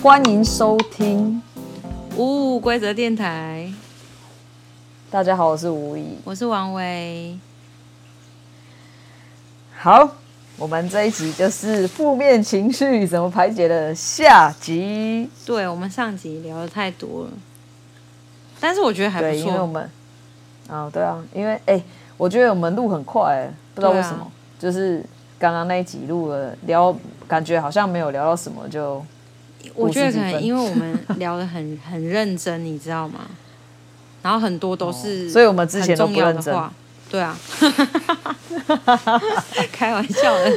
欢迎收听无规则电台。 大家好，我是吴怡， 我是王维。 好，我们这一集就是负面情绪怎么排解的下集。 对，我们上集聊的太多了，但是我觉得还不错。 对，因为我们对啊，因为我觉得我们录很快，不知道为什么，就是刚刚那一集录了聊，感觉好像没有聊到什么就。 我觉得可能因为我们聊得很认真，你知道吗？然后很多都是所以我们之前都不认真。 对啊，开玩笑的。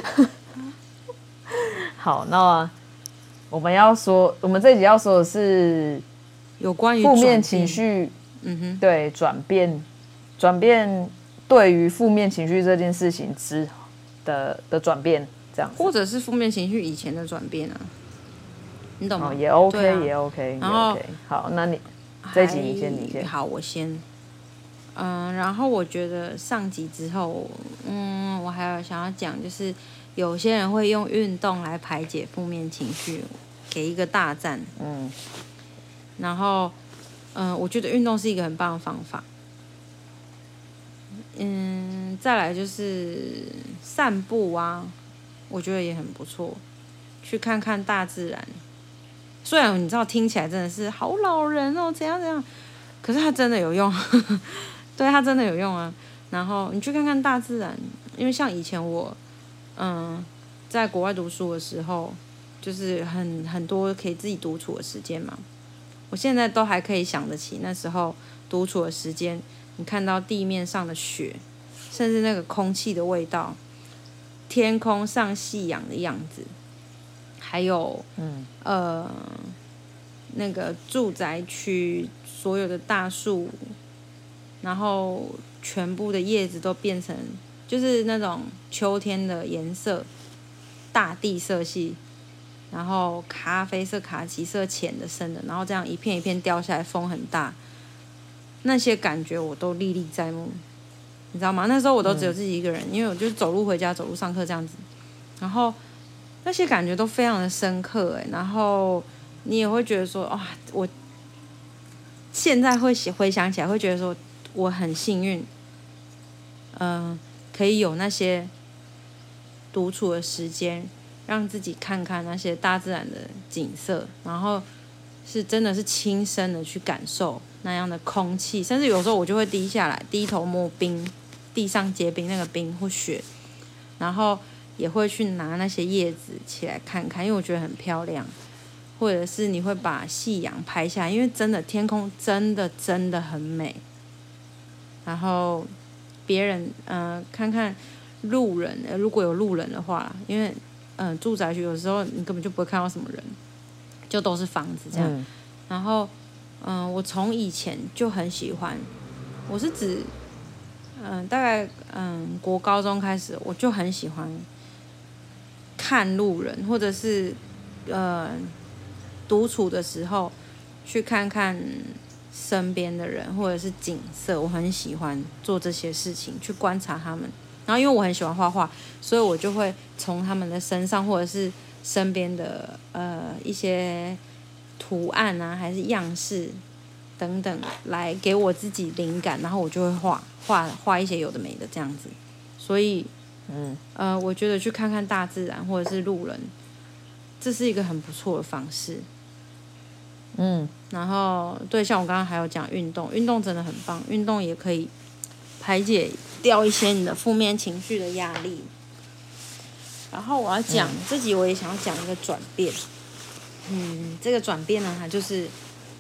好，那我们这一集要说的是有关于负面情绪，对转变对于负面情绪这件事情之的转变，这样子， 或者是负面情绪以前的转变啊，你懂吗？ 也 OK， 啊、 也 OK， 然后 OK。好，那你这一集你先。 好，我先。然后我觉得上集之后，我还有想要讲，就是有些人会用运动来排解负面情绪，给一个大赞。然后，我觉得运动是一个很棒的方法。再来就是散步啊，我觉得也很不错，去看看大自然。虽然你知道听起来真的是好老人哦，怎样怎样，可是它真的有用。对，它真的有用啊。然后你去看看大自然，因为像以前我，在国外读书的时候，就是很多可以自己独处的时间嘛。我现在都还可以想得起那时候独处的时间，你看到地面上的雪，甚至那个空气的味道，天空上夕阳的样子，还有那个住宅区所有的大树。然后全部的叶子都变成就是那种秋天的颜色，大地色系，然后咖啡色、卡其色、浅的、深的，然后这样一片一片掉下来，风很大，那些感觉我都历历在目，你知道吗？那时候我都只有自己一个人，因为我就走路回家、走路上课这样子，然后那些感觉都非常的深刻，然后你也会觉得说，哇，我现在会回想起来，会觉得说。我很幸运，可以有那些独处的时间，让自己看看那些大自然的景色，然后是真的是亲身的去感受那样的空气，甚至有时候我就会低下来，低头摸冰，地上结冰那个冰或雪，然后也会去拿那些叶子起来看看，因为我觉得很漂亮。或者是你会把夕阳拍下来，因为真的天空真的很美。然后别人看看路人，如果有路人的话，因为住宅区有时候你根本就不会看到什么人，就都是房子这样。然后我从以前就很喜欢，我是指大概国高中开始我就很喜欢看路人，或者是独处的时候去看看身边的人或者是景色，我很喜欢做这些事情，去观察他们。然后因为我很喜欢画画，所以我就会从他们的身上或者是身边的一些图案啊，还是样式等等，来给我自己灵感，然后我就会画一些有的没的这样子。所以我觉得去看看大自然或者是路人，这是一个很不错的方式。然后对，像我刚刚还有讲运动真的很棒，运动也可以排解掉一些你的负面情绪的压力。然后我要讲这集我也想要讲一个转变，这个转变呢，它就是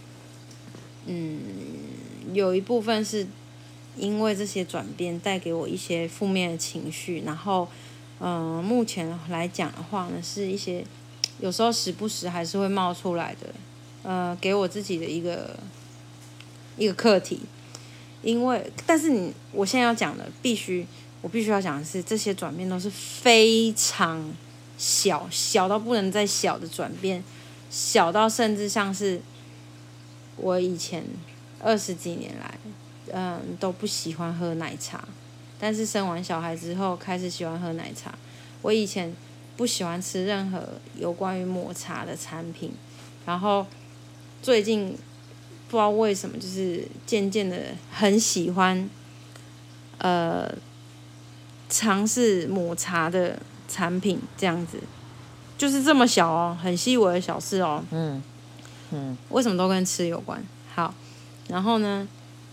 有一部分是因为这些转变带给我一些负面的情绪，然后目前来讲的话呢，是一些有时候时不时还是会冒出来的。给我自己的一个课题，但是我现在要讲的，我必须要讲的是，这些转变都是非常小到不能再小的转变，小到甚至像是我以前20几年来，都不喜欢喝奶茶，但是生完小孩之后开始喜欢喝奶茶。我以前不喜欢吃任何有关于抹茶的产品。 然后最近不知道为什么，就是渐渐的很喜欢尝试抹茶的产品，这样子，就是这么小哦，很细微的小事哦。为什么都跟吃有关？好，然后呢，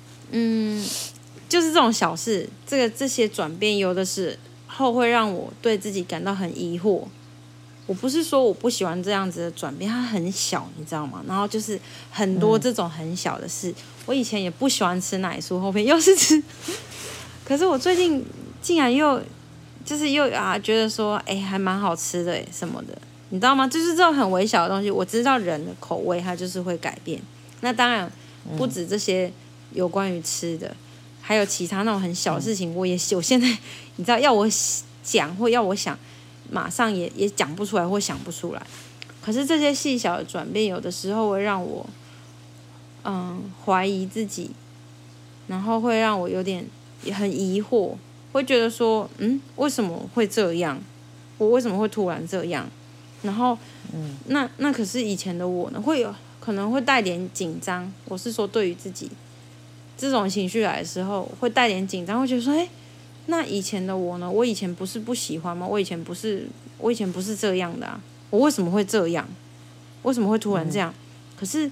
就是这种小事，这些转变，有的时候会让我对自己感到很疑惑。我不是说我不喜欢这样子的转变，它很小，你知道吗？然后就是很多这种很小的事，我以前也不喜欢吃奶酥，后面又是吃，可是我最近竟然又觉得说，还蛮好吃的什么的，你知道吗？就是这种很微小的东西，我知道人的口味它就是会改变。那当然不止这些有关于吃的，还有其他那种很小的事情，我现在你知道要我讲或要我想，马上也讲不出来或想不出来。可是这些细小的转变，有的时候会让我怀疑自己，然后会让我有点也很疑惑，会觉得说，为什么会这样？我为什么会突然这样？然后，那可是以前的我呢，可能会带点紧张。我是说，对于自己这种情绪来的时候，会带点紧张，会觉得说，那以前的我呢？我以前不是不喜欢吗？我以前不是这样的啊？我为什么会这样？为什么会突然这样？可是，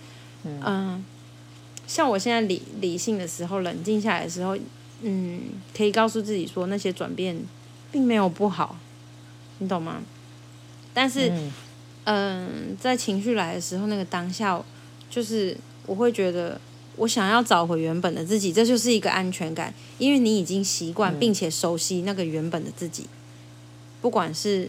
像我现在理性的时候，冷静下来的时候，可以告诉自己说，那些转变并没有不好，你懂吗？但是，在情绪来的时候，那个当下，就是我会觉得，我想要找回原本的自己，这就是一个安全感，因为你已经习惯并且熟悉那个原本的自己，不管是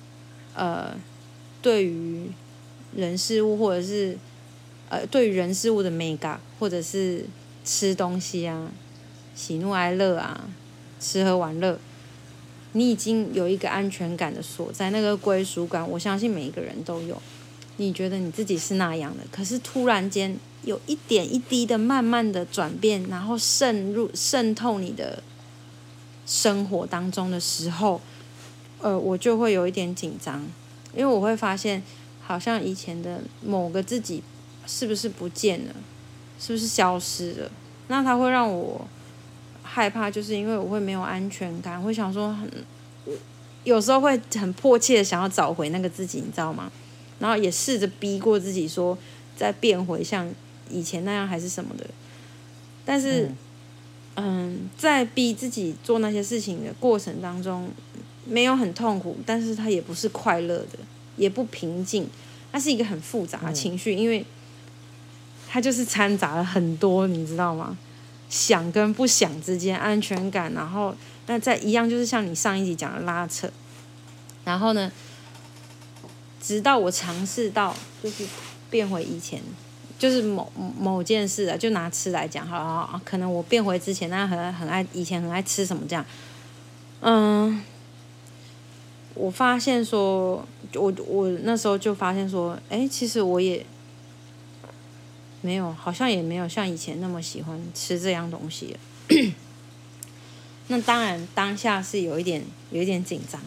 对于人事物，或者是对于人事物的美感，或者是吃东西啊、喜怒哀乐啊、吃喝玩乐。你已经有一个安全感的所在，那个归属感，我相信每一个人都有。你觉得你自己是那样的，可是突然间有一点一滴的慢慢的转变，然后渗透你的生活当中的时候，我就会有一点紧张，因为我会发现，好像以前的某个自己是不是不见了，是不是消失了？那它会让我害怕，就是因为我会没有安全感，会想说有时候会很迫切的想要找回那个自己，你知道吗？然后也试着逼过自己说再变回像以前那样还是什么的，但是在逼自己做那些事情的过程当中，没有很痛苦，但是它也不是快乐的，也不平静，它是一个很复杂的情绪，因为它就是掺杂了很多，你知道吗？想跟不想之间，安全感，然后那再一样就是像你上一集讲的拉扯，然后呢，直到我尝试到就是变回以前，就是某件事啊，就拿吃来讲好了，可能我变回之前那样很爱以前很爱吃什么这样，我发现说，我那时候就发现说，其实我也没有，好像也没有像以前那么喜欢吃这样东西了。那当然，当下是有一点紧张，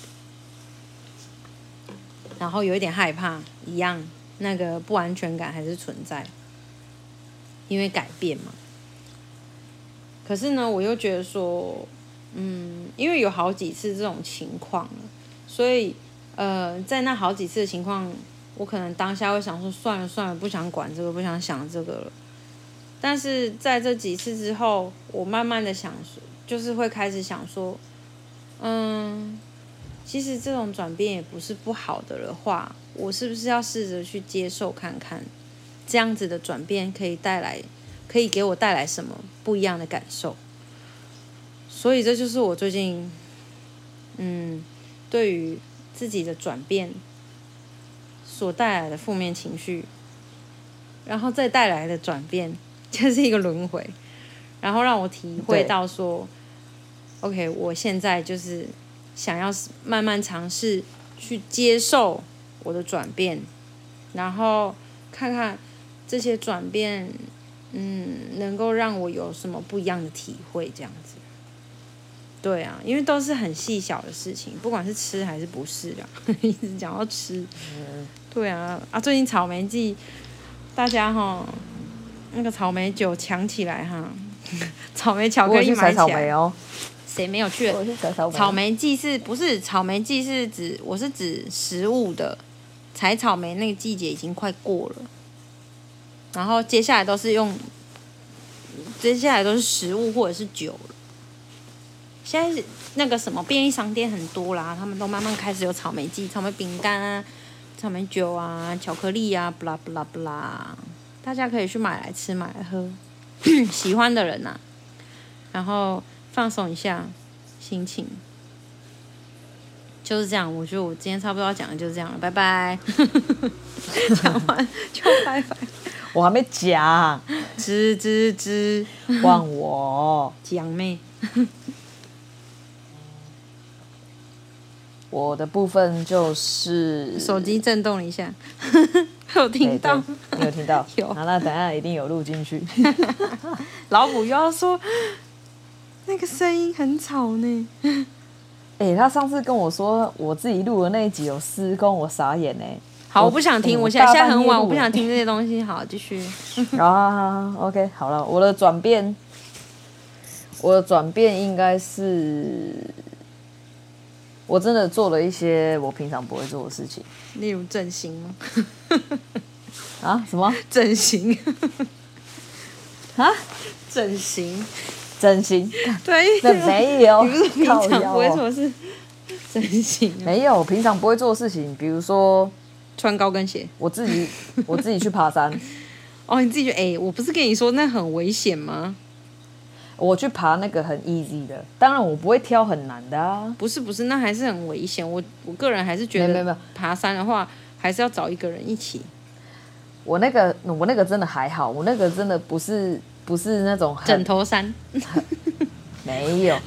然后有一点害怕，一样那个不安全感还是存在，因为改变嘛。可是呢，我又觉得说，因为有好几次这种情况了，所以在那好几次的情况，我可能当下会想说，算了，不想管这个，不想想这个了。但是在这几次之后，我慢慢的想说，就是会开始想说，其实这种转变也不是不好的话，我是不是要试着去接受看看，这样子的转变可以给我带来什么不一样的感受？所以这就是我最近，对于自己的转变所带来的负面情绪，然后再带来的转变，就是一个轮回，然后让我体会到说 ，OK， 我现在就是想要慢慢尝试去接受我的转变，然后看看这些转变，能够让我有什么不一样的体会，这样子。 对啊，因为都是很细小的事情，不管是吃还是不是啊，一直讲到吃。对啊，最近草莓季，大家那个草莓酒抢起来哈，草莓巧克力买起来。 我去采草莓哦。 谁没有去？ 我去采草莓。 草莓季不是草莓季是指我是指食物的，采草莓那个季节已经快过了，然后接下来都是食物或者是酒了。现在是那个什么便利商店很多啦，他们都慢慢开始有草莓季，草莓饼干啊、草莓酒啊、巧克力啊，不啦不啦不啦，大家可以去买来吃、买来喝，喜欢的人啊，然后放松一下心情，就是这样。我觉得我今天差不多要讲的就是这样了，拜拜。讲完就拜拜。 我还没讲， 吱， 换我讲妹。 我的部分就是手机震动了一下，有听到？ 你有听到？ 有。 那等一下一定有录进去。 老虎又要说那个声音很吵呢。 他上次跟我说我自己录的那一集有施工，我傻眼呢。 好，我不想听，我现在很晚，我不想听这些东西。好，继续。 OK， 好了，我的转变应该是。我真的做了一些我平常不会做的事情， 例如整形吗？ 啊？什么？ 整形？ 啊？ 整形？ 对，那没有。 你不是平常不会做事整形？ 没有，平常不会做的事情，比如说穿高跟鞋。 我自己去爬山。 哦，你自己去？我不是跟你说那很危险吗？ 我去爬那个很 easy 的，当然我不会挑很难的啊。 不是，那还是很危险。我个人还是觉得，爬山的话还是要找一个人一起。我那个真的还好，我那个真的不是那种枕头山。 没有，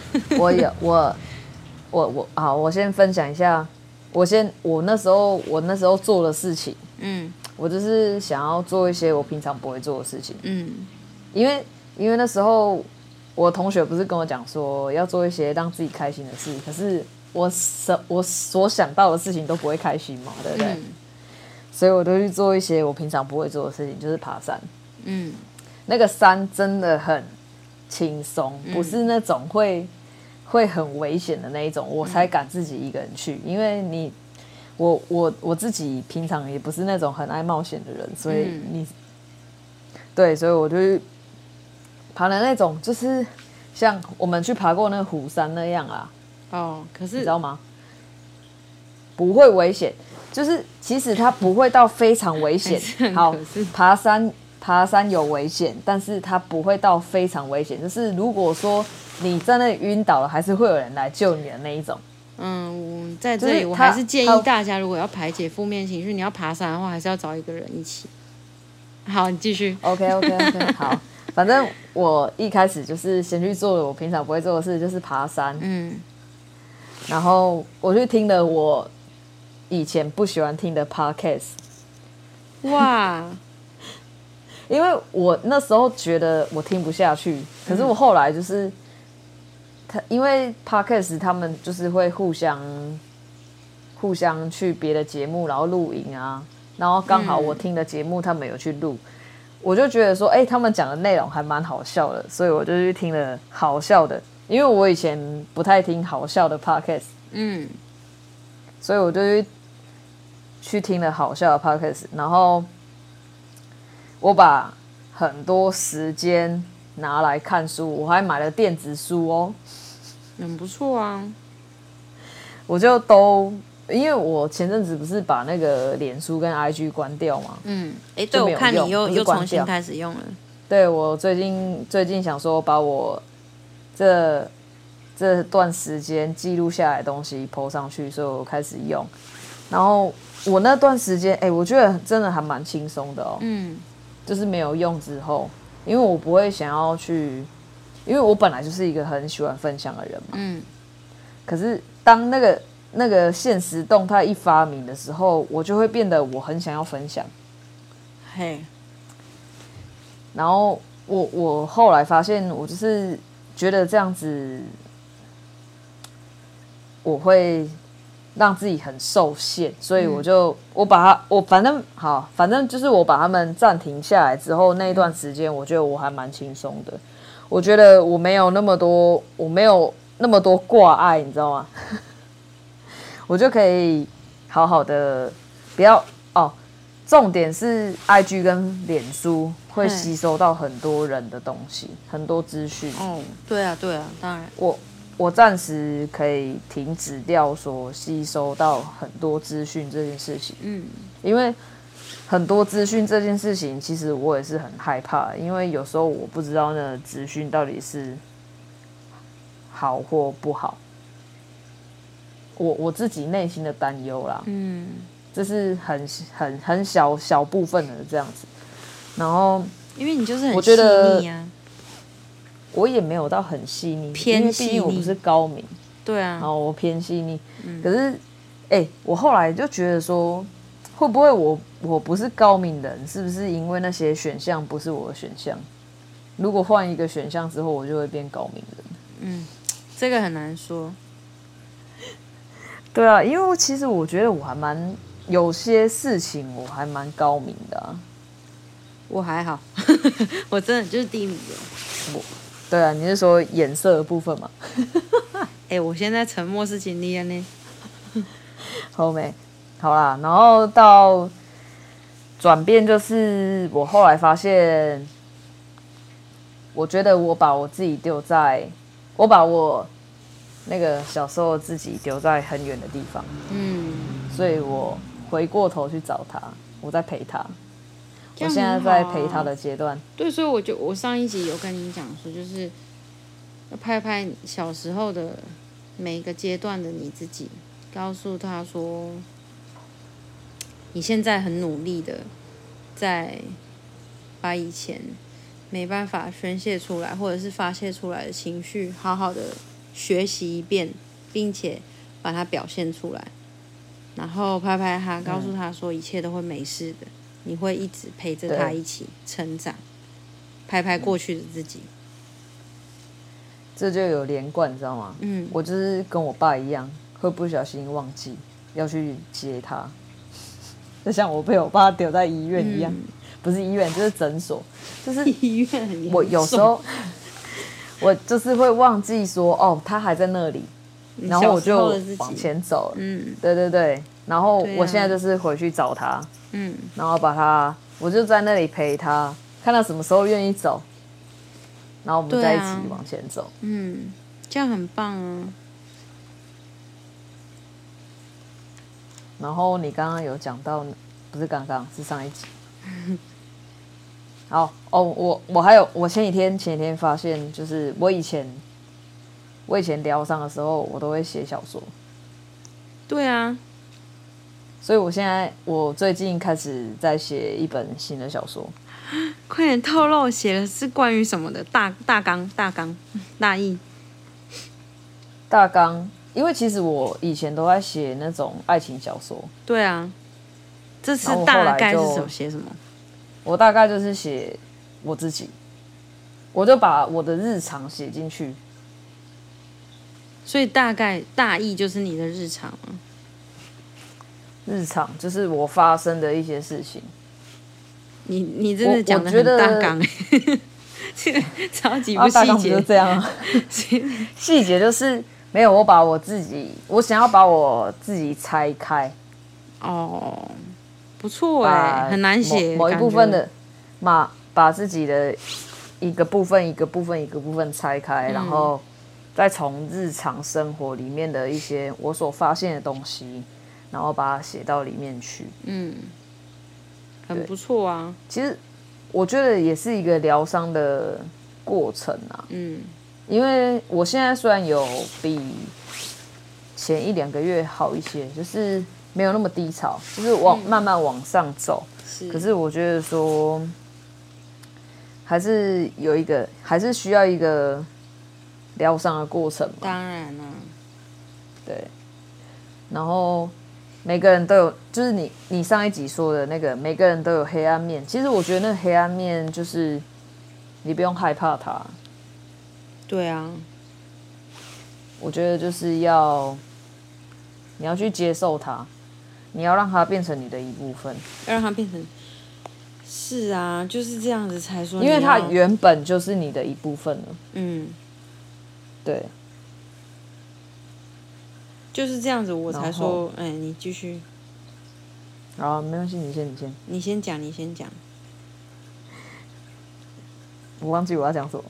我先分享一下，我那时候做的事情，我就是想要做一些我平常不会做的事情，因为那时候。我同学不是跟我讲说要做一些让自己开心的事，可是我所想到的事情都不会开心嘛，对不对？所以我都去做一些我平常不会做的事情，就是爬山。那个山真的很轻松，不是那种会很危险的那一种，我才敢自己一个人去。因为我自己平常也不是那种很爱冒险的人，所以所以我就爬的那种，就是像我们去爬过那个虎山那样啦。 可是你知道吗？不会危险，就是其实它不会到非常危险。好，爬山有危险，但是它不会到非常危险。就是如果说你在那里晕倒了，还是会有人来救你的那一种。 在这里我还是建议大家，如果要排解负面情绪，你要爬山的话，还是要找一个人一起。好，你继续。 OK， 好。反正我一开始就是先去做了我平常不会做的事，就是爬山。然后我去听了我以前不喜欢听的 podcast。 哇！ 因为我那时候觉得我听不下去，可是我后来就是因为 podcast 他们就是会互相去别的节目，然后录影啊，然后刚好我听的节目他们有去录。我就觉得说，他们讲的内容还蛮好笑的，所以我就去听了好笑的，因为我以前不太听好笑的 podcast，所以我就去听了好笑的 podcast，然后我把很多时间拿来看书，我还买了电子书哦， 很不错啊， 我就因为我前阵子不是把那个脸书跟 IG 关掉嘛， 对，我看你又重新开始用了。 对，我最近想说把我这段时间记录下来的东西 po 上去，所以我开始用。然后我那段时间，我觉得真的还蛮轻松的哦。就是没有用之后，因为我不会想要去，因为我本来就是一个很喜欢分享的人嘛。可是当那个现实动态一发明的时候，我就会变得我很想要分享。然后我后来发现，我就是觉得这样子我会让自己很受限，所以反正就是我把他们暂停下来之后那一段时间，我觉得我还蛮轻松的。我觉得我没有那么多挂碍，你知道吗？我就可以好好的，不要重点是 IG 跟脸书会吸收到很多人的东西，很多资讯。 对啊，当然。 我暂时可以停止掉说吸收到很多资讯这件事情。因为很多资讯这件事情，其实我也是很害怕，因为有时候我不知道那个资讯到底是好或不好，我自己内心的担忧啦。这是很小部分的这样子。然后， 因为你就是很细腻啊， 我也没有到很细腻， 偏细腻， 因为毕竟我不是高明。 对啊， 然后我偏细腻。可是，我后来就觉得说，会不会我不是高明人，是不是因为那些选项不是我的选项？如果换一个选项之后，我就会变高明人。 这个很难说。 对啊，因为其实我觉得我还蛮有些事情我还蛮高明的啊。 我还好，我真的就是低迷的。 对啊，你是说颜色的部分吗？ 我现在沉默是尽力了呢。 好没，好啦，然后到转变就是我后来发现，我觉得我把我自己我把我那个小时候自己丢在很远的地方。所以我回过头去找他，我在陪他。我现在在陪他的阶段。 对，所以我上一集有跟你讲说，就是要拍拍小时候的每一个阶段的你自己，告诉他说，你现在很努力的在把以前没办法宣泄出来或者是发泄出来的情绪，好好的学习一遍，并且把它表现出来，然后拍拍他，告诉他说一切都会没事的。你会一直陪着他一起成长，拍拍过去的自己， 这就有连贯，你知道吗？我就是跟我爸一样，会不小心忘记要去接他，就像我被我爸丢在医院一样。不是医院就是诊所，就是医院很严重。 我有时候我就是会忘记说他还在那里，然后我就往前走了。对，然后我现在就是回去找他。然后我就在那里陪他，看他什么时候愿意走，然后我们再一起往前走。 这样很棒啊。 然后你刚刚有讲到，不是刚刚，是上一集。好我还有，我前几天发现，就是我以前疗伤的时候，我都会写小说。 对啊。 所以我最近开始在写一本新的小说。 快点透露，写的是关于什么的？大纲、大意。 大纲，因为其实我以前都在写那种爱情小说。 对啊。这次大概是写什么？ 我大概就是写我自己，我就把我的日常写进去。 所以大意就是你的日常吗？ 日常就是我发生的一些事情。 你真的讲得很大纲超级不细节。 大纲不就这样啊？细节就是没有，我想要把我自己拆开。 不错很难写。 某一部分的把自己的一个部分拆开，然后再从日常生活里面的一些我所发现的东西。然后把它写到里面去。 很不错啊。 其实我觉得也是一个疗伤的过程啊。因为我现在虽然有比前1-2个月好一些，就是没有那么低潮，就是慢慢往上走。可是我觉得说，还是需要一个疗伤的过程嘛。 当然啊。 对。然后。每个人都有，就是你上一集说的那个，每个人都有黑暗面。其实我觉得那个黑暗面就是你不用害怕它。 对啊。 我觉得就是要你要去接受它，你要让它变成你的一部分， 要让它变成。是啊，就是这样子才说， 因为它原本就是你的一部分了。对， 就是这样子，我才说，你继续。 好，没关系，你先讲。 我忘记我要讲什么。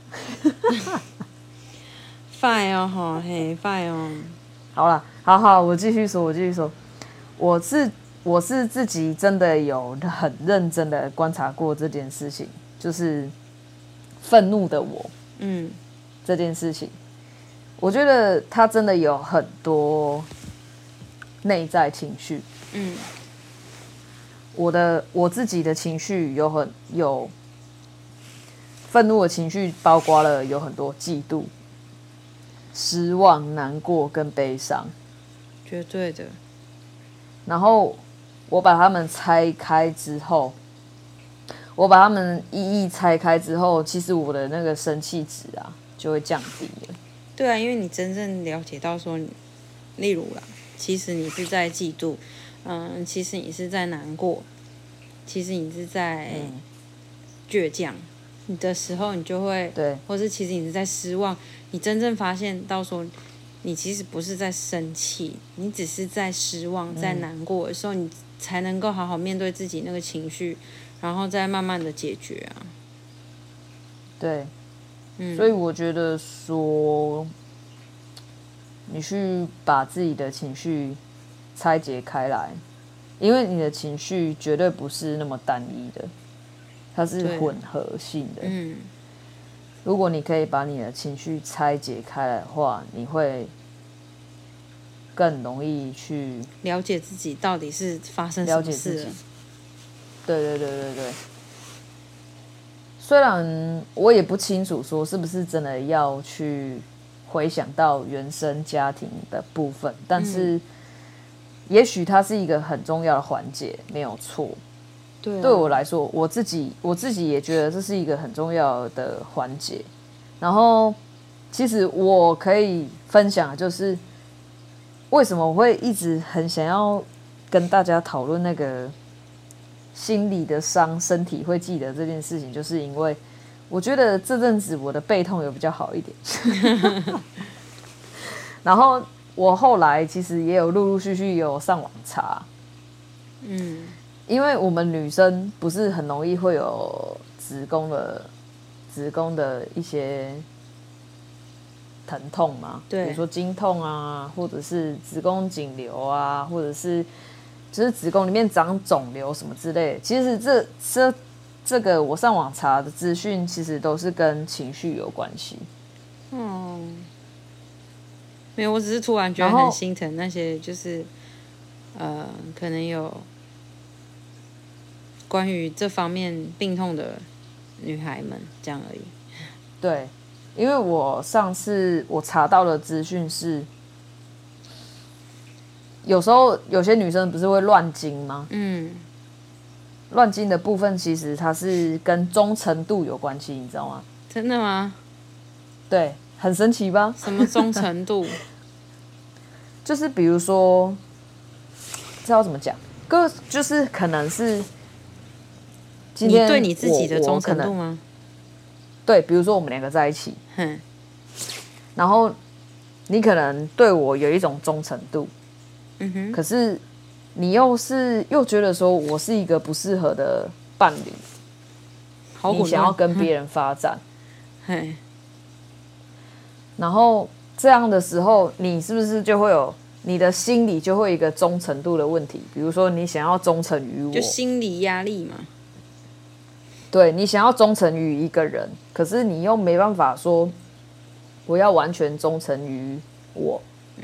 fine 哦，吼，嘿 ，fine 哦。 好了，好，我继续说。我是自己真的有很认真的观察过这件事情，就是愤怒的我，这件事情，我觉得他真的有很多内在情绪，我自己的情绪有愤怒的情绪，包括了有很多嫉妒、失望、难过跟悲伤， 绝对的。 然后我把它们拆开之后，我把它们一一拆开之后，其实我的那个生气值啊就会降低了。 对啊，因为你真正了解到说，例如啦，其实你是在嫉妒，其实你是在难过，其实你是在倔强，你的时候你就会对， 或是其实你是在失望，你真正发现到说，你其实不是在生气，你只是在失望、在难过的时候，你才能够好好面对自己那个情绪，然后再慢慢的解决啊。 对，所以我觉得说，你去把自己的情绪拆解开来，因为你的情绪绝对不是那么单一的，它是混合性的。如果你可以把你的情绪拆解开来的话，你会更容易去了解自己到底是发生什么事了。 对。虽然我也不清楚说是不是真的要去回想到原生家庭的部分，但是也许它是一个很重要的环节，没有错。 对我来说，我自己也觉得这是一个很重要的环节。然后，其实我可以分享的就是为什么我会一直很想要跟大家讨论那个心理的伤，身体会记得这件事情，就是因为我觉得这阵子我的背痛有比较好一点。然后我后来其实也有陆陆续续有上网查，因为我们女生不是很容易会有子宫的一些疼痛嘛， 对， 比如说经痛啊，或者是子宫颈瘤啊，或者是就是子宫里面长肿瘤什么之类的。其实这个我上网查的资讯，其实都是跟情绪有关系。 没有，我只是突然觉得很心疼那些就是可能有关于这方面病痛的女孩们这样而已。 对，因为我上次我查到的资讯是，有时候有些女生不是会乱经吗？乱经的部分其实它是跟忠诚度有关系，你知道吗？ 真的吗？ 对，很神奇吧？ 什么忠诚度？ 就是比如说，知道怎么讲？就是可能是今天你对你自己的忠诚度吗？ 对，比如说我们两个在一起，然后你可能对我有一种忠诚度，可是你又觉得说我是一个不适合的伴侣，你想要跟别人发展，然后这样的时候，你是不是就会有你的心里就会有一个忠诚度的问题？比如说你想要忠诚于我， 就心理压力嘛。 对，你想要忠诚于一个人，可是你又没办法说我要完全忠诚于我，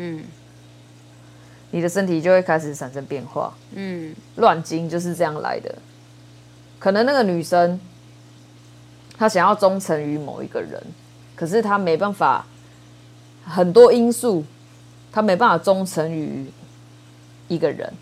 你的身体就会开始产生变化，乱经就是这样来的。可能那个女生她想要忠诚于某一个人，可是她没办法，很多因素她没办法忠诚于一个人，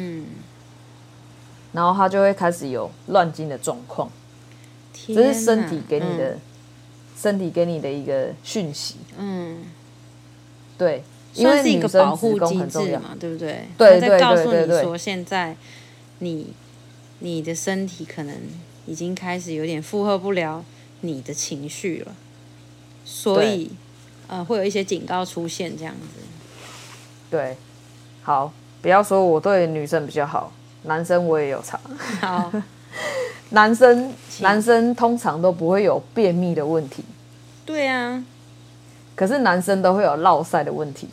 然后她就会开始有乱经的状况。这是身体给你的，身体给你的一个讯息。对， 算是一个保护机制嘛，对不对？对，他在告诉你说，现在你的身体可能已经开始有点负荷不了你的情绪了，所以会有一些警告出现这样子。 对，好，不要说我对女生比较好，男生我也有差。 好， 男生通常都不会有便秘的问题。 对啊。 可是男生都会有落晒的问题。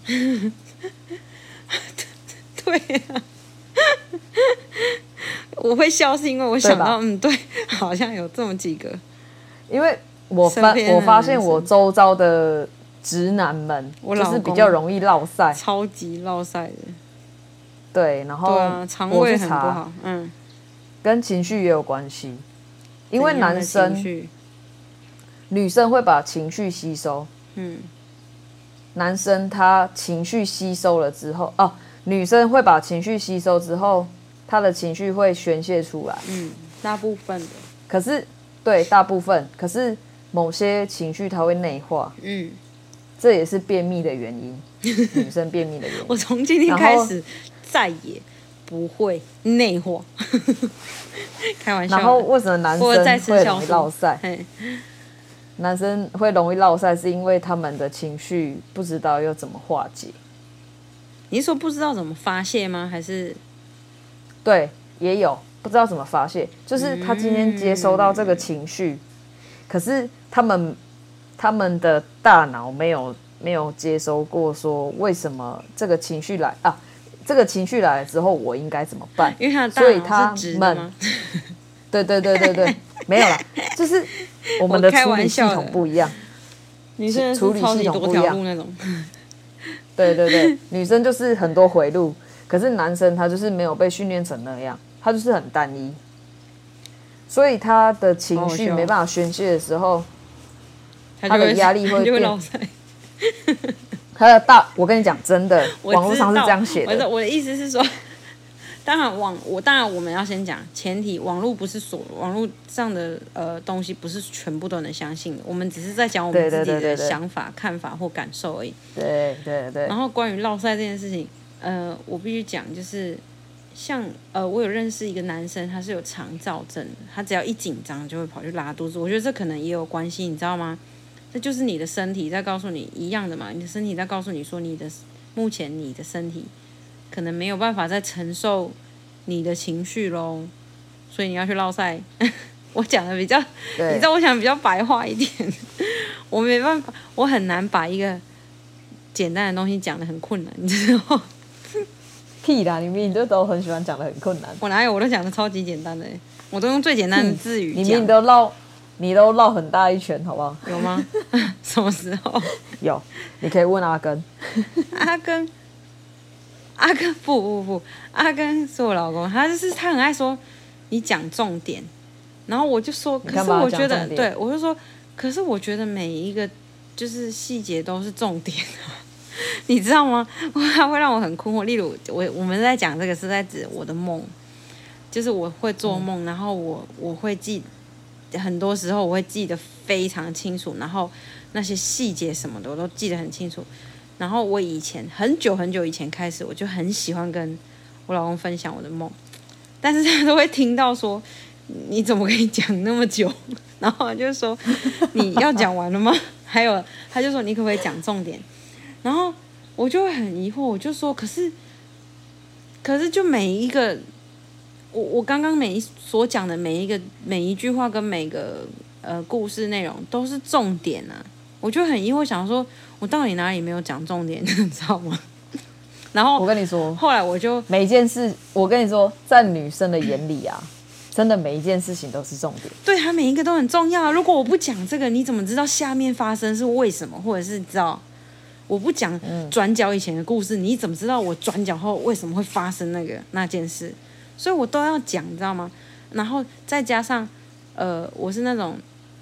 对啊。我会笑是因为我想到，对，好像有这么几个。 因为我发现我周遭的直男们就是比较容易落晒， 超级落晒的。 对，然后肠胃很不好， 跟情绪也有关系。因为女生会把情绪吸收，男生他情绪吸收了之后，女生会把情绪吸收之后，他的情绪会宣泄出来， 大部分的。 可是对大部分，可是某些情绪它会内化，这也是便秘的原因，女生便秘的原因。 我从今天开始再也不会内化。开玩笑。 然后为什么男生会容易落晒？男生会容易落晒，是因为他们的情绪不知道要怎么化解。 你是说不知道怎么发泄吗？还是？ 对，也有不知道怎么发泄，就是他今天接收到这个情绪，可是他们的大脑没有接收过，说为什么这个情绪来啊？这个情绪来了之后，我应该怎么办？ 因为他的大脑是直的吗？ 对，没有啦，就是我们的处理系统不一样， 女生处理系统不一样那种。 对，女生就是很多回路，可是男生他就是没有被训练成那样，他就是很单一，所以他的情绪没办法宣泄的时候，他的压力会变。我跟你讲，真的，网络上是这样写的。 我的意思是说，当然我们要先讲前提，网络上的东西不是全部都能相信的，我们只是在讲我们自己的想法、看法或感受而已。 对。 然后关于落晒这件事情，我必须讲，就是像我有认识一个男生，他是有肠躁症的，他只要一紧张就会跑去拉肚子。我觉得这可能也有关系，你知道吗？这就是你的身体在告诉你一样的嘛，你的身体在告诉你说，目前你的身体可能没有办法再承受你的情绪咯，所以你要去落晒。我讲的比较，你知道我想比较白话一点，我没办法，我很难把一个简单的东西讲得很困难，你知道吗？ 屁啦，你明明都很喜欢讲得很困难。 我哪有，我都讲得超级简单的，我都用最简单的字语讲。 你明明你都绕很大一圈，好不好？ 有吗？什么时候？ 有，你可以问阿根。 阿根不，阿根是我老公，他很爱说你讲重点，然后我就说，可是我觉得，对我就说，可是我觉得每一个就是细节都是重点啊，你知道吗？他会让我很困惑。例如，我们在讲这个是在指我的梦，就是我会做梦，然后我会记。很多时候我会记得非常清楚，然后那些细节什么的我都记得很清楚。然后我以前很久以前开始，我就很喜欢跟我老公分享我的梦，但是他都会听到说你怎么可以讲那么久？然后他就说你要讲完了吗？还有他就说你可不可以讲重点？然后我就会很疑惑，我就说可是就每一个。我刚刚所讲的每一句话跟每个故事内容都是重点啊，我就很疑惑，想说我到底哪里没有讲重点，你知道吗？然后我跟你说， 后来我就每一件事，我跟你说，在女生的眼里啊，真的每一件事情都是重点， 对，她每一个都很重要。如果我不讲这个，你怎么知道下面发生是为什么，或者是知道我不讲转角以前的故事，你怎么知道我转角后为什么会发生那件事？所以我都要讲，你知道吗？然后再加上，我是那种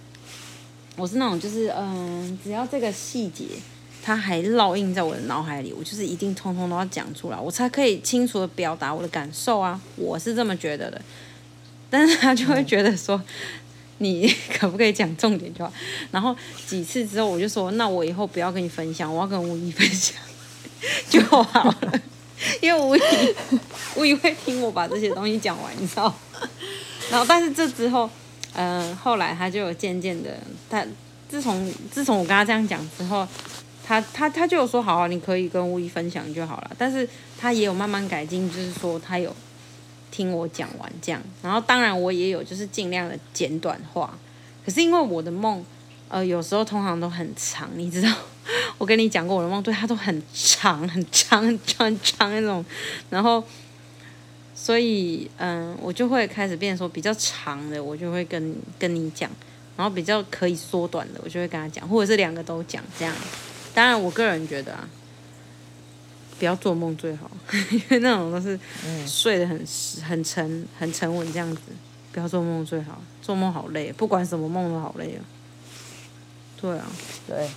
就是只要这个细节它还烙印在我的脑海里，我就是一定通通都要讲出来，我才可以清楚的表达我的感受啊，我是这么觉得的。但是他就会觉得说，你可不可以讲重点就好？然后几次之后，我就说，那我以后不要跟你分享，我要跟吴一分享。 就好了。因为无疑会听我把这些东西讲完，你知道。然后，但是这之后，后来他就有渐渐的，他自从我跟他这样讲之后，他就有说好啊，你可以跟无疑分享就好了。但是他也有慢慢改进，就是说他有听我讲完这样。然后当然我也有就是尽量的简短化。可是因为我的梦，有时候通常都很长，你知道。我跟你讲过我的梦，对，它都很长那种，然后，所以我就会开始变成说比较长的，我就会跟你讲，然后比较可以缩短的，我就会跟他讲，或者是两个都讲这样。当然，我个人觉得啊，不要做梦最好，因为那种都是睡得很沉稳这样子，不要做梦最好，做梦好累，不管什么梦都好累啊。对啊， 对。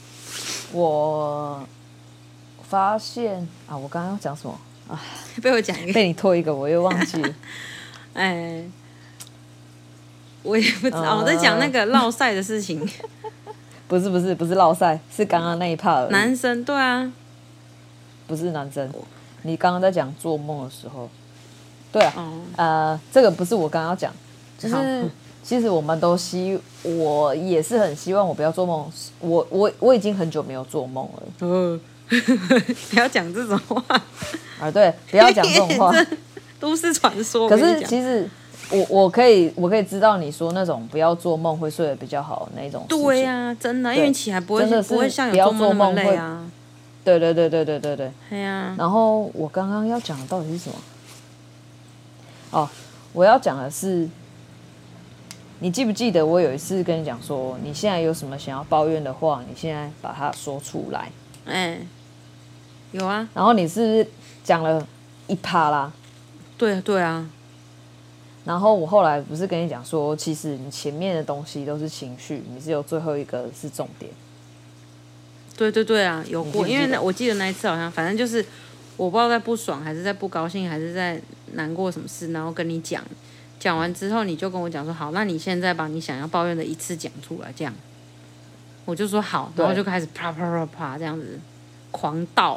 我发现啊，我刚刚要讲什么啊？ 被我讲一个， 被你拖一个，我又忘记了。 哎，我也不知道，我在讲那个落赛的事情。 不是落赛，是刚刚那一 part。 男生对啊， 不是男生。你刚刚在讲做梦的时候，对啊，这个不是我刚刚要讲，就是其实我们都我也是很希望我不要做梦。我已经很久没有做梦了。 不要讲这种话啊！对，不要讲这种话， 都市传说。 可是其实我可以知道你说那种不要做梦会睡得比较好的那种事情。 对呀、啊，真的，因为起来不会像有做梦那么累啊。 对。 对呀。 然后我刚刚要讲的到底是什么？哦，我要讲的是。你记不记得我有一次跟你讲说，你现在有什么想要抱怨的话，你现在把它说出来。 有啊。 然后你是不是讲了一趴啦？ 对啊。 然后我后来不是跟你讲说，其实你前面的东西都是情绪，你只有最后一个是重点。 对啊，有过，因为我记得那一次好像，反正就是我不知道在不爽，还是在不高兴，还是在难过什么事，然后跟你讲。讲完之后，你就跟我讲说好，那你现在把你想要抱怨的一次讲出来，这样，我就说好，然后就开始啪啪啪啪这样子狂倒。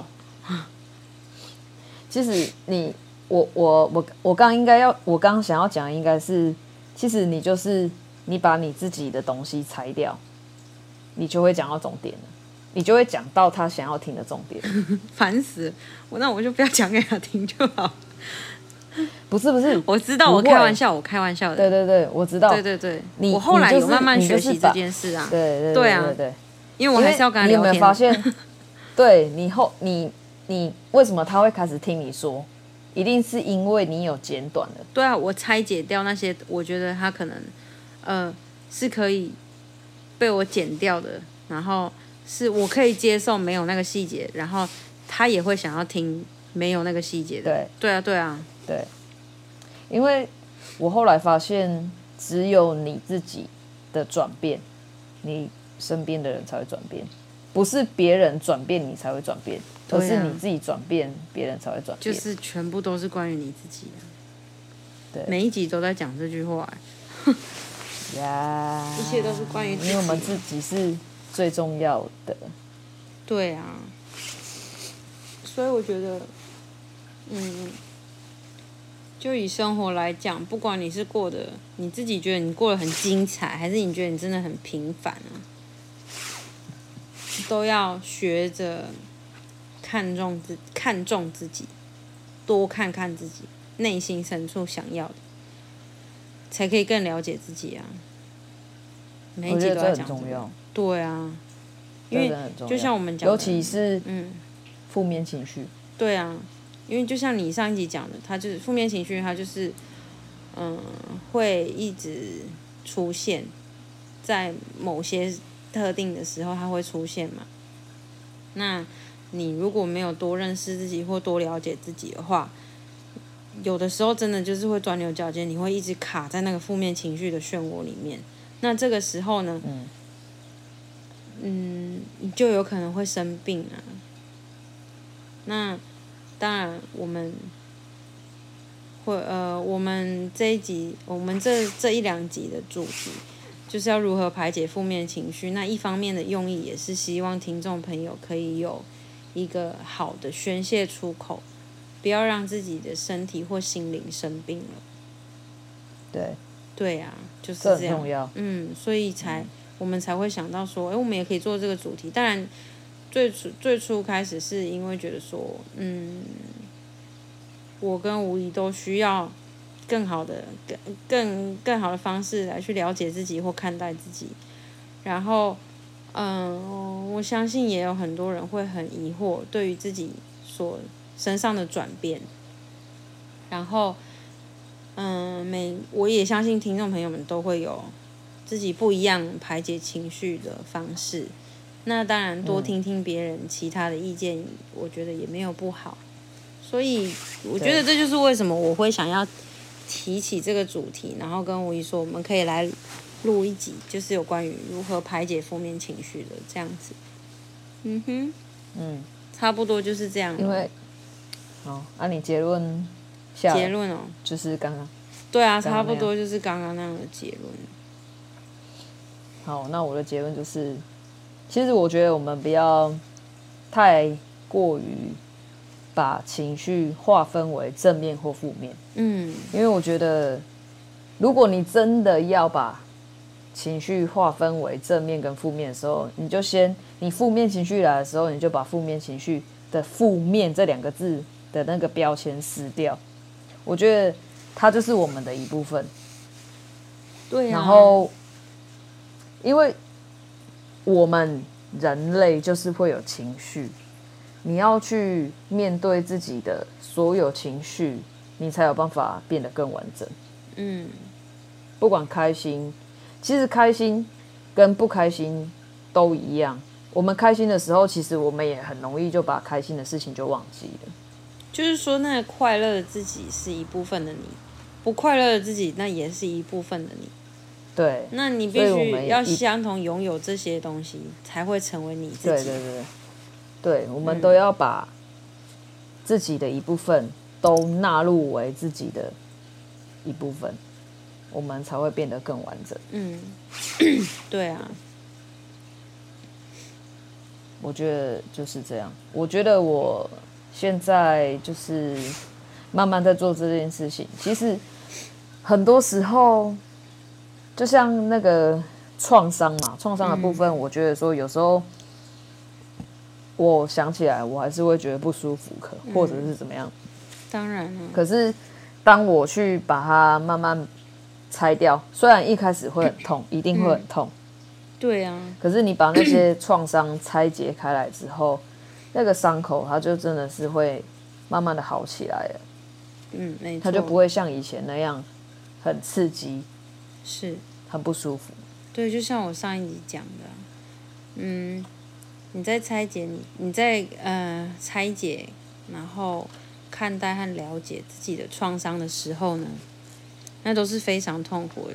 其实我刚想要讲的应该是，其实你就是你把你自己的东西拆掉，你就会讲到重点了，你就会讲到他想要听的重点。 烦死了，那我就不要讲给他听就好。 不是， 我知道，我开玩笑的。 对，我知道。 对，我后来有慢慢学习这件事啊。 对啊， 因为我还是要跟他聊天。 你有没有发现？对你为什么他会开始听你说？一定是因为你有简短的。 对啊，我拆解掉那些，我觉得他可能是可以被我剪掉的，然后是我可以接受没有那个细节，然后他也会想要听没有那个细节的。对啊。 对，因为我后来发现，只有你自己的转变，你身边的人才会转变，不是别人转变你才会转变，而是你自己转变，别人才会转变。 就是全部都是关于你自己的。对， 每一集都在讲这句话。 呀， 一切都是关于自己， 因为我们自己是最重要的。 对啊，所以我觉得，就以生活来讲，不管你是过得你自己觉得你过得很精彩，还是你觉得你真的很平凡啊，都要学着看重自己，多看看自己内心深处想要的，才可以更了解自己啊。每一集都要讲重要。 对啊，因为就像我们讲的， 尤其是负面情绪。 对啊。因为就像你上一集讲的，它就是负面情绪，它就是会一直出现在某些特定的时候，它会出现嘛。那你如果没有多认识自己或多了解自己的话，有的时候真的就是会钻牛角尖，你会一直卡在那个负面情绪的漩涡里面。那这个时候呢，你就有可能会生病啊。那当然，我们这一集，我们这一两集的主题，就是要如何排解负面情绪。那一方面的用意也是希望听众朋友可以有一个好的宣泄出口，不要让自己的身体或心灵生病了。对啊，就是这样。 这很重要。 所以我们才会想到说，我们也可以做这个主题。当然，最初开始是因为觉得说，我跟吴怡都需要更好的方式来去了解自己或看待自己。然后，我相信也有很多人会很疑惑对于自己所身上的转变。然后，我也相信听众朋友们都会有自己不一样排解情绪的方式。那当然，多听听别人其他的意见，我觉得也没有不好。所以，我觉得这就是为什么我会想要提起这个主题，然后跟吴怡说，我们可以来录一集，就是有关于如何排解负面情绪的这样子。差不多就是这样。 因为，你结论就是刚刚。 对啊，差不多就是刚刚那样的结论。 好，那我的结论就是，其实我觉得我们不要太过于把情绪划分为正面或负面。因为我觉得，如果你真的要把情绪划分为正面跟负面的时候，你负面情绪来的时候，你就把负面情绪的负面这2个字的那个标签撕掉。我觉得它就是我们的一部分。 对啊。 然后，因为我们人类就是会有情绪，你要去面对自己的所有情绪，你才有办法变得更完整。不管开心，其实开心跟不开心都一样。我们开心的时候，其实我们也很容易就把开心的事情就忘记了。 就是说，那个快乐的自己是一部分的你，不快乐的自己那也是一部分的你。 对， 那你必须要相同拥有这些东西，才会成为你自己。 对，我们都要把自己的一部分都纳入为自己的一部分，我们才会变得更完整。 对啊。 我觉得就是这样。我觉得我现在就是慢慢在做这件事情。其实很多时候，就像那个创伤的部分，我觉得说有时候我想起来，我还是会觉得不舒服，或者是怎么样。 当然了。 可是当我去把它慢慢拆掉，虽然一开始会很痛，一定会很痛。 对啊。可是你把那些创伤拆解开来之后，那个伤口它就真的是会慢慢的好起来了。 没错。 它就不会像以前那样很刺激， 是很不舒服。 对，就像我上一集讲的，你在拆解你在拆解，然后看待和了解自己的创伤的时候呢，那都是非常痛苦的。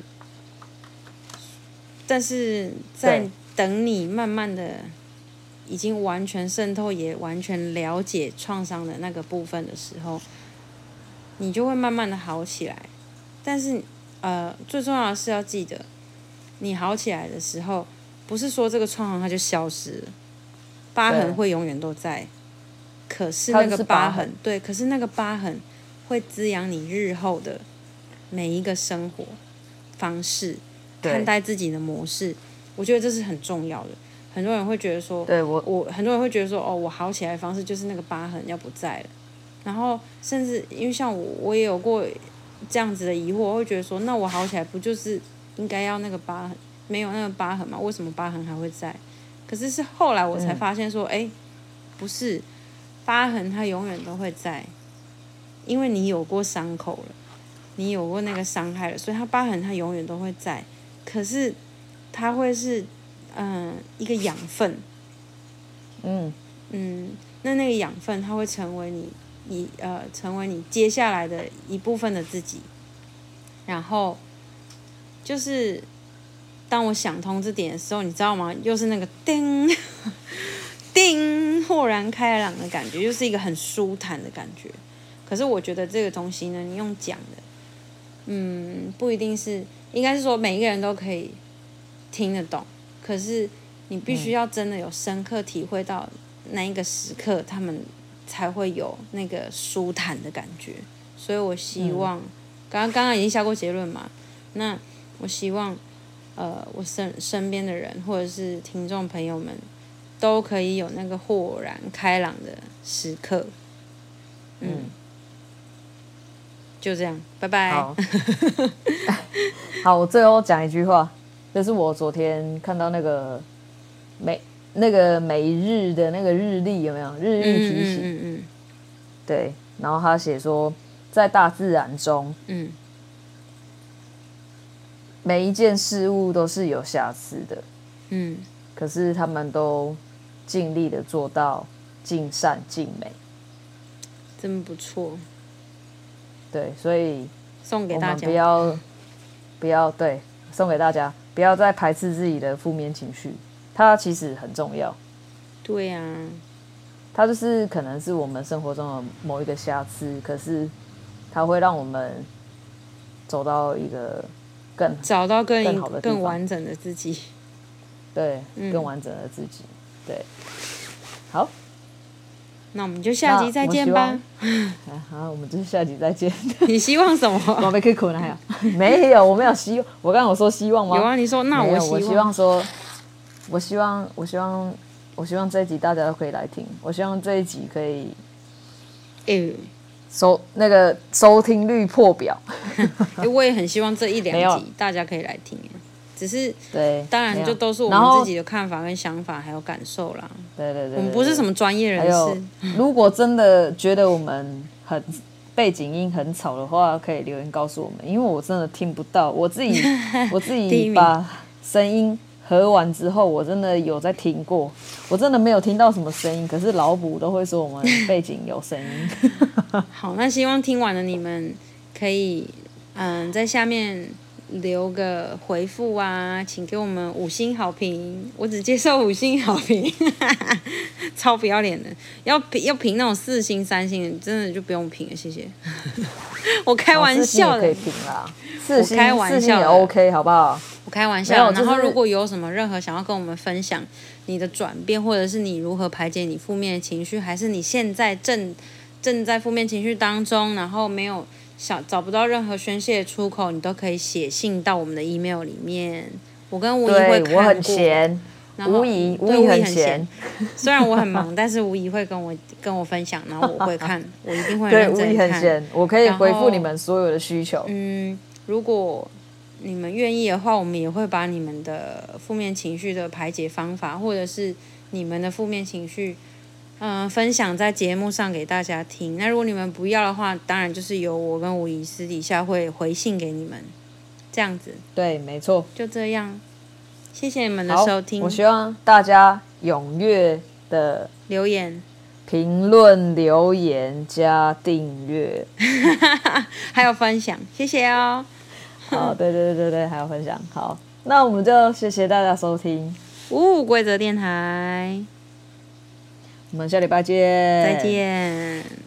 但是在等你慢慢的已经完全渗透，也完全了解创伤的那个部分的时候，你就会慢慢的好起来。但是最重要的是要记得，你好起来的时候，不是说这个创伤它就消失了，疤痕会永远都在。可是那个疤痕，对，可是那个疤痕会滋养你日后的每一个生活方式。看待自己的模式，我觉得这是很重要的。很多人会觉得说，很多人会觉得说，我好起来的方式就是那个疤痕要不在了。然后甚至因为像我也有过这样子的疑惑，我会觉得说，那我好起来不就是应该要那个疤痕，没有那个疤痕吗？为什么疤痕还会在？可是后来我才发现说，不是，疤痕它永远都会在，因为你有过伤口了，你有过那个伤害了，所以它疤痕它永远都会在。可是它会是一个养分。那个养分它会成为成为你接下来的一部分的自己。然后就是当我想通这点的时候，你知道吗？又是那个叮叮豁然开朗的感觉，又是一个很舒坦的感觉。可是我觉得这个东西呢，你用讲的，不一定是，应该是说每一个人都可以听得懂。可是你必须要真的有深刻体会到那一个时刻，他们才会有那个舒坦的感觉。所以我希望，刚刚已经下过结论嘛，那我希望，我身边的人或者是听众朋友们，都可以有那个豁然开朗的时刻。就这样，拜拜。 好，我最后讲一句话，就是我昨天看到那个每日的那个日历有没有？日历提醒，对，然后他写说，在大自然中，每一件事物都是有瑕疵的，可是他们都尽力的做到尽善尽美， 真不错。 对，所以送给大家， 不要对，送给大家，不要再排斥自己的负面情绪，它其实很重要。 对啊， 它就是可能是我们生活中的某一个瑕疵，可是它会让我们走到一个找到更好的更完整的自己。 对，更完整的自己。对，好。 那我们就下集再见吧。 好，我们就下集再见。 你希望什么？ 我没可以困了，没有，我没有希望。我刚刚有说希望吗？ 有啊，你说那我希望说，我希望这一集大家都可以来听。我希望这一集可以，收听率破表。 我也很希望这1、2集大家可以来听。只是对， 当然就都是我们自己的看法跟想法还有感受啦。 对， 我们不是什么专业人士。 如果真的觉得我们背景音很吵的话，可以留言告诉我们，因为我真的听不到。我自己把声音合完之后，我真的有在听过，我真的没有听到什么声音。可是老卜都会说我们背景有声音。 好，那希望听完了你们可以在下面留个回复啊，请给我们5星好评，我只接受5星好评，超不要脸的，要评那种4星、3星的，真的就不用评了，谢谢。我开玩笑的， 可以评啦，4星 4星也 OK， 好不好？ 我开玩笑，然后如果有什么任何想要跟我们分享你的转变，或者是你如何排解你负面的情绪，还是你现在正在负面情绪当中，然后没有找不到任何宣泄的出口，你都可以写信到我们的 email 里面。我跟吴怡会看过。 我很闲，吴怡很闲。 虽然我很忙，但是吴怡会跟我分享，然后我会看，我一定会认真看。 对，吴怡很闲，我可以回复你们所有的需求。 如果你们愿意的话，我们也会把你们的负面情绪的排解方法，或者是你们的负面情绪分享在节目上给大家听。那如果你们不要的话，当然就是由我跟吴怡私底下会回信给你们，这样子。 对，没错。 就这样，谢谢你们的收听。 我希望大家踊跃的留言、 评论、留言加订阅， 还有分享，谢谢哦。 好，对，还有分享。好，那我们就谢谢大家收听无规则电台。 我们下礼拜见， 再见。